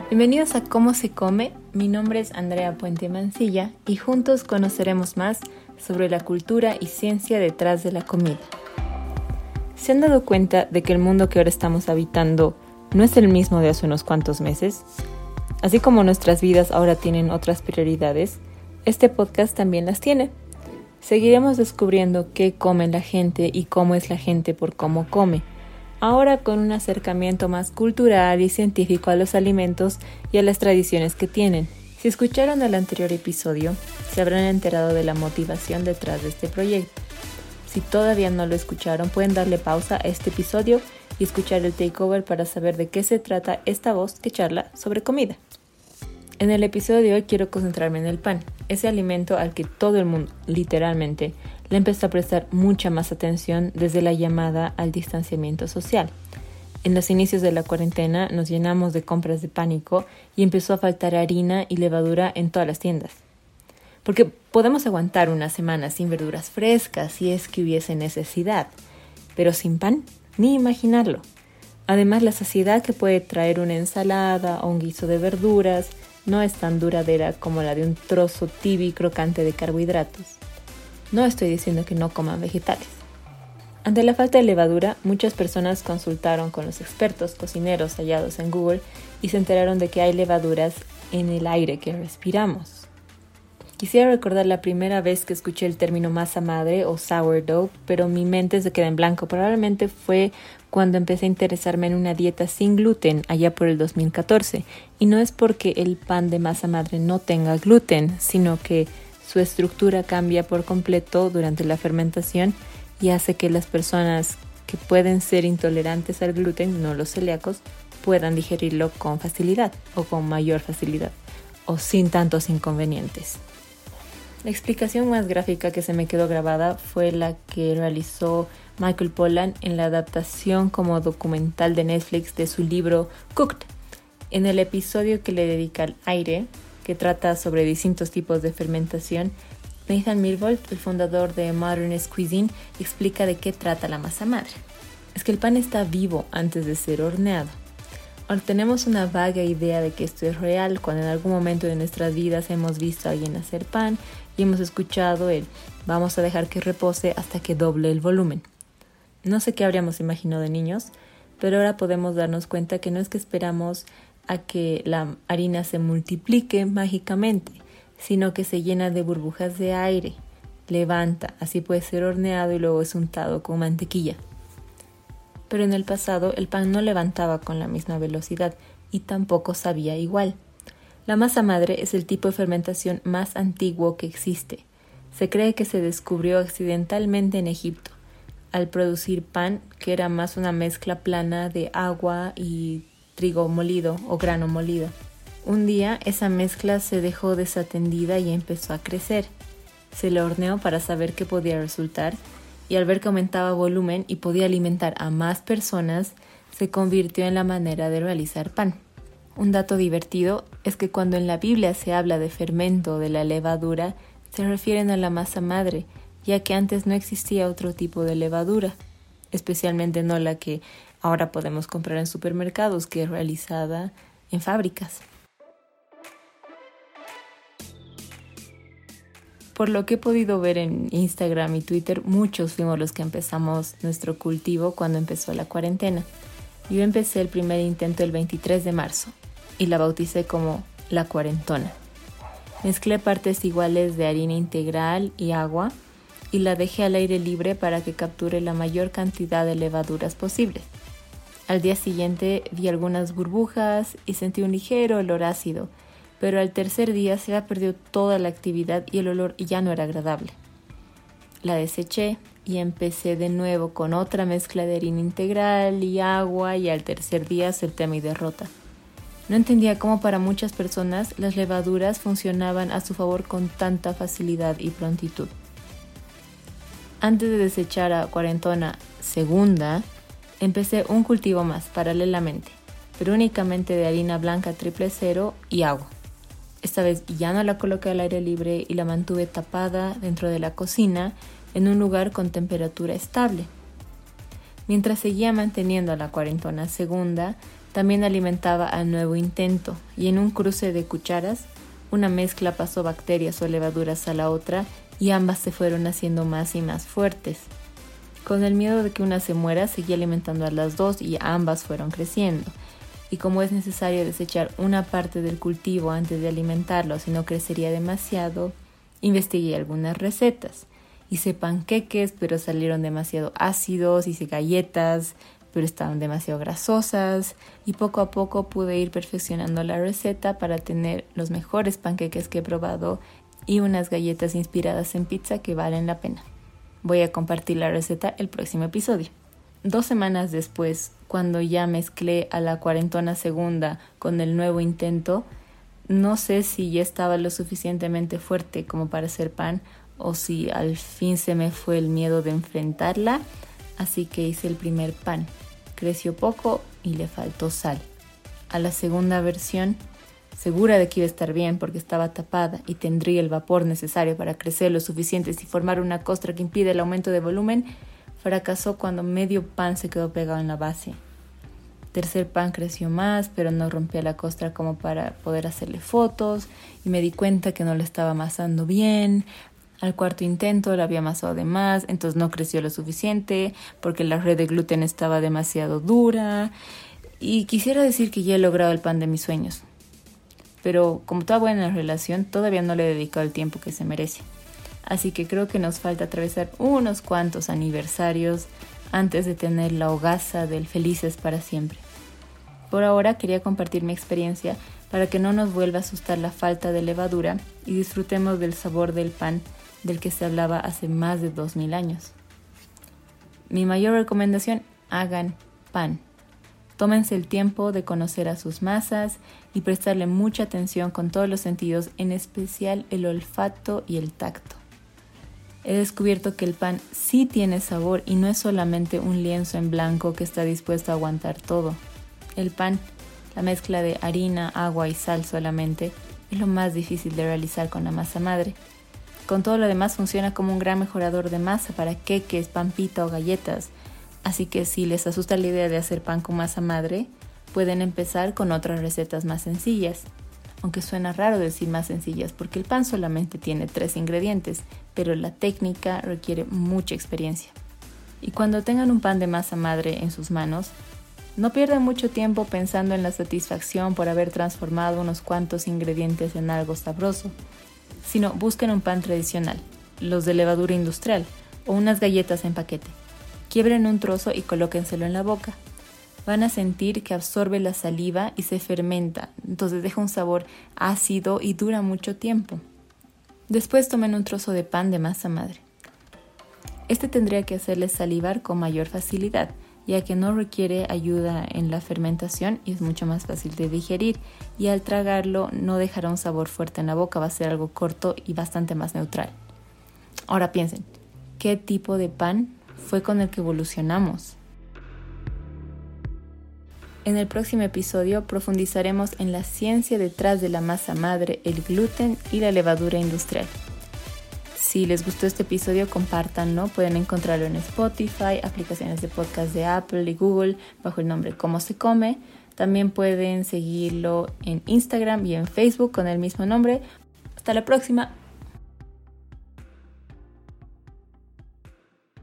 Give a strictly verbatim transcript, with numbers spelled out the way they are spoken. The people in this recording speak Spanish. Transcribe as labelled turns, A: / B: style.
A: Bienvenidos a Cómo se come, mi nombre es Andrea Puente Mancilla y juntos conoceremos más sobre la cultura y ciencia detrás de la comida. ¿Se han dado cuenta de que el mundo que ahora estamos habitando no es el mismo de hace unos cuantos meses? Así como nuestras vidas ahora tienen otras prioridades, este podcast también las tiene. Seguiremos descubriendo qué come la gente y cómo es la gente por cómo come, ahora con un acercamiento más cultural y científico a los alimentos y a las tradiciones que tienen. Si escucharon el anterior episodio, se habrán enterado de la motivación detrás de este proyecto. Si todavía no lo escucharon, pueden darle pausa a este episodio y escuchar el takeover para saber de qué se trata esta voz que charla sobre comida. En el episodio de hoy quiero concentrarme en el pan, ese alimento al que todo el mundo, literalmente, le empezó a prestar mucha más atención desde la llamada al distanciamiento social. En los inicios de la cuarentena nos llenamos de compras de pánico y empezó a faltar harina y levadura en todas las tiendas. Porque podemos aguantar una semana sin verduras frescas si es que hubiese necesidad, pero sin pan, ni imaginarlo. Además, la saciedad que puede traer una ensalada o un guiso de verduras no es tan duradera como la de un trozo tibio y crocante de carbohidratos. No estoy diciendo que no coman vegetales. Ante la falta de levadura, muchas personas consultaron con los expertos cocineros hallados en Google y se enteraron de que hay levaduras en el aire que respiramos. Quisiera recordar la primera vez que escuché el término masa madre o sourdough, pero mi mente se queda en blanco. Probablemente fue cuando empecé a interesarme en una dieta sin gluten allá por el dos mil catorce. Y no es porque el pan de masa madre no tenga gluten, sino que su estructura cambia por completo durante la fermentación y hace que las personas que pueden ser intolerantes al gluten, no los celíacos, puedan digerirlo con facilidad o con mayor facilidad o sin tantos inconvenientes. La explicación más gráfica que se me quedó grabada fue la que realizó Michael Pollan en la adaptación como documental de Netflix de su libro Cooked. En el episodio que le dedica al aire, que trata sobre distintos tipos de fermentación, Nathan Myhrvold, el fundador de Modernist Cuisine, explica de qué trata la masa madre. Es que el pan está vivo antes de ser horneado. Ahora tenemos una vaga idea de que esto es real cuando en algún momento de nuestras vidas hemos visto a alguien hacer pan y hemos escuchado el vamos a dejar que repose hasta que doble el volumen. No sé qué habríamos imaginado de niños, pero ahora podemos darnos cuenta que no es que esperamos a que la harina se multiplique mágicamente, sino que se llena de burbujas de aire, levanta, así puede ser horneado y luego es untado con mantequilla. Pero en el pasado el pan no levantaba con la misma velocidad y tampoco sabía igual. La masa madre es el tipo de fermentación más antiguo que existe. Se cree que se descubrió accidentalmente en Egipto, al producir pan que era más una mezcla plana de agua y trigo molido o grano molido. Un día esa mezcla se dejó desatendida y empezó a crecer. Se le horneó para saber qué podía resultar y al ver que aumentaba volumen y podía alimentar a más personas, se convirtió en la manera de realizar pan. Un dato divertido es que cuando en la Biblia se habla de fermento de la levadura, se refieren a la masa madre, ya que antes no existía otro tipo de levadura, especialmente no la que ahora podemos comprar en supermercados, que es realizada en fábricas. Por lo que he podido ver en Instagram y Twitter, muchos fuimos los que empezamos nuestro cultivo cuando empezó la cuarentena. Yo empecé el primer intento el veintitrés de marzo y la bauticé como la cuarentona. Mezclé partes iguales de harina integral y agua y la dejé al aire libre para que capture la mayor cantidad de levaduras posibles. Al día siguiente vi algunas burbujas y sentí un ligero olor ácido, pero al tercer día se había perdido toda la actividad y el olor ya no era agradable. La deseché y empecé de nuevo con otra mezcla de harina integral y agua y al tercer día acepté mi derrota. No entendía cómo para muchas personas las levaduras funcionaban a su favor con tanta facilidad y prontitud. Antes de desechar a cuarentona segunda, empecé un cultivo más paralelamente, pero únicamente de harina blanca triple cero y agua. Esta vez ya no la coloqué al aire libre y la mantuve tapada dentro de la cocina en un lugar con temperatura estable. Mientras seguía manteniendo la cuarentona segunda, También alimentaba al nuevo intento y en un cruce de cucharas, una mezcla pasó bacterias o levaduras a la otra y ambas se fueron haciendo más y más fuertes. Con el miedo de que una se muera, seguí alimentando a las dos y ambas fueron creciendo. Y como es necesario desechar una parte del cultivo antes de alimentarlo, si no crecería demasiado, investigué algunas recetas. Hice panqueques, pero salieron demasiado ácidos, hice galletas, pero estaban demasiado grasosas, y poco a poco pude ir perfeccionando la receta para tener los mejores panqueques que he probado y unas galletas inspiradas en pizza que valen la pena. Voy a compartir la receta el próximo episodio. Dos semanas después, cuando ya mezclé a la cuarentona segunda con el nuevo intento, no sé si ya estaba lo suficientemente fuerte como para hacer pan o si al fin se me fue el miedo de enfrentarla, así que hice el primer pan. Creció poco y le faltó sal. A la segunda versión, segura de que iba a estar bien porque estaba tapada y tendría el vapor necesario para crecer lo suficiente y formar una costra que impide el aumento de volumen, fracasó cuando medio pan se quedó pegado en la base. Tercer pan creció más, pero no rompía la costra como para poder hacerle fotos y me di cuenta que no lo estaba amasando bien. Al cuarto intento lo había amasado de más, entonces no creció lo suficiente porque la red de gluten estaba demasiado dura. Y quisiera decir que ya he logrado el pan de mis sueños. Pero como toda buena relación, todavía no le he dedicado el tiempo que se merece. Así que creo que nos falta atravesar unos cuantos aniversarios antes de tener la hogaza del felices para siempre. Por ahora quería compartir mi experiencia para que no nos vuelva a asustar la falta de levadura y disfrutemos del sabor del pan del que se hablaba hace más de dos mil años. Mi mayor recomendación, hagan pan. Tómense el tiempo de conocer a sus masas y prestarle mucha atención con todos los sentidos, en especial el olfato y el tacto. He descubierto que el pan sí tiene sabor y no es solamente un lienzo en blanco que está dispuesto a aguantar todo. El pan, la mezcla de harina, agua y sal solamente, es lo más difícil de realizar con la masa madre. Con todo lo demás funciona como un gran mejorador de masa para queques, pan pita o galletas. Así que si les asusta la idea de hacer pan con masa madre, pueden empezar con otras recetas más sencillas. Aunque suena raro decir más sencillas porque el pan solamente tiene tres ingredientes, pero la técnica requiere mucha experiencia. Y cuando tengan un pan de masa madre en sus manos, no pierdan mucho tiempo pensando en la satisfacción por haber transformado unos cuantos ingredientes en algo sabroso, sino busquen un pan tradicional, los de levadura industrial, o unas galletas en paquete. Quiebren un trozo y colóquenselo en la boca. Van a sentir que absorbe la saliva y se fermenta, entonces deja un sabor ácido y dura mucho tiempo. Después tomen un trozo de pan de masa madre. Este tendría que hacerles salivar con mayor facilidad, ya que no requiere ayuda en la fermentación y es mucho más fácil de digerir, y al tragarlo no dejará un sabor fuerte en la boca, va a ser algo corto y bastante más neutral. Ahora piensen, ¿qué tipo de pan fue con el que evolucionamos? En el próximo episodio profundizaremos en la ciencia detrás de la masa madre, el gluten y la levadura industrial. Si les gustó este episodio, compártanlo. Pueden encontrarlo en Spotify, aplicaciones de podcast de Apple y Google bajo el nombre Cómo se come. También pueden seguirlo en Instagram y en Facebook con el mismo nombre. Hasta la próxima.